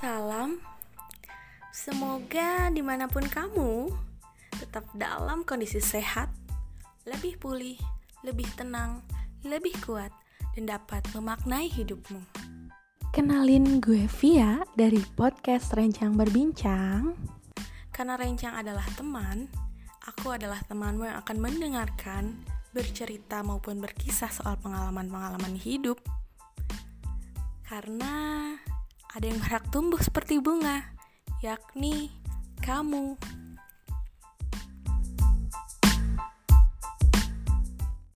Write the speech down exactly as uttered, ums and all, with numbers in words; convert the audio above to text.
Salam, semoga dimanapun kamu tetap dalam kondisi sehat, lebih pulih, lebih tenang, lebih kuat, dan dapat memaknai hidupmu. Kenalin gue Via dari podcast Rencang Berbincang. Karena Rencang adalah teman, aku adalah temanmu yang akan mendengarkan, bercerita maupun berkisah soal pengalaman-pengalaman hidup. Karena ada yang berhak tumbuh seperti bunga, yakni kamu.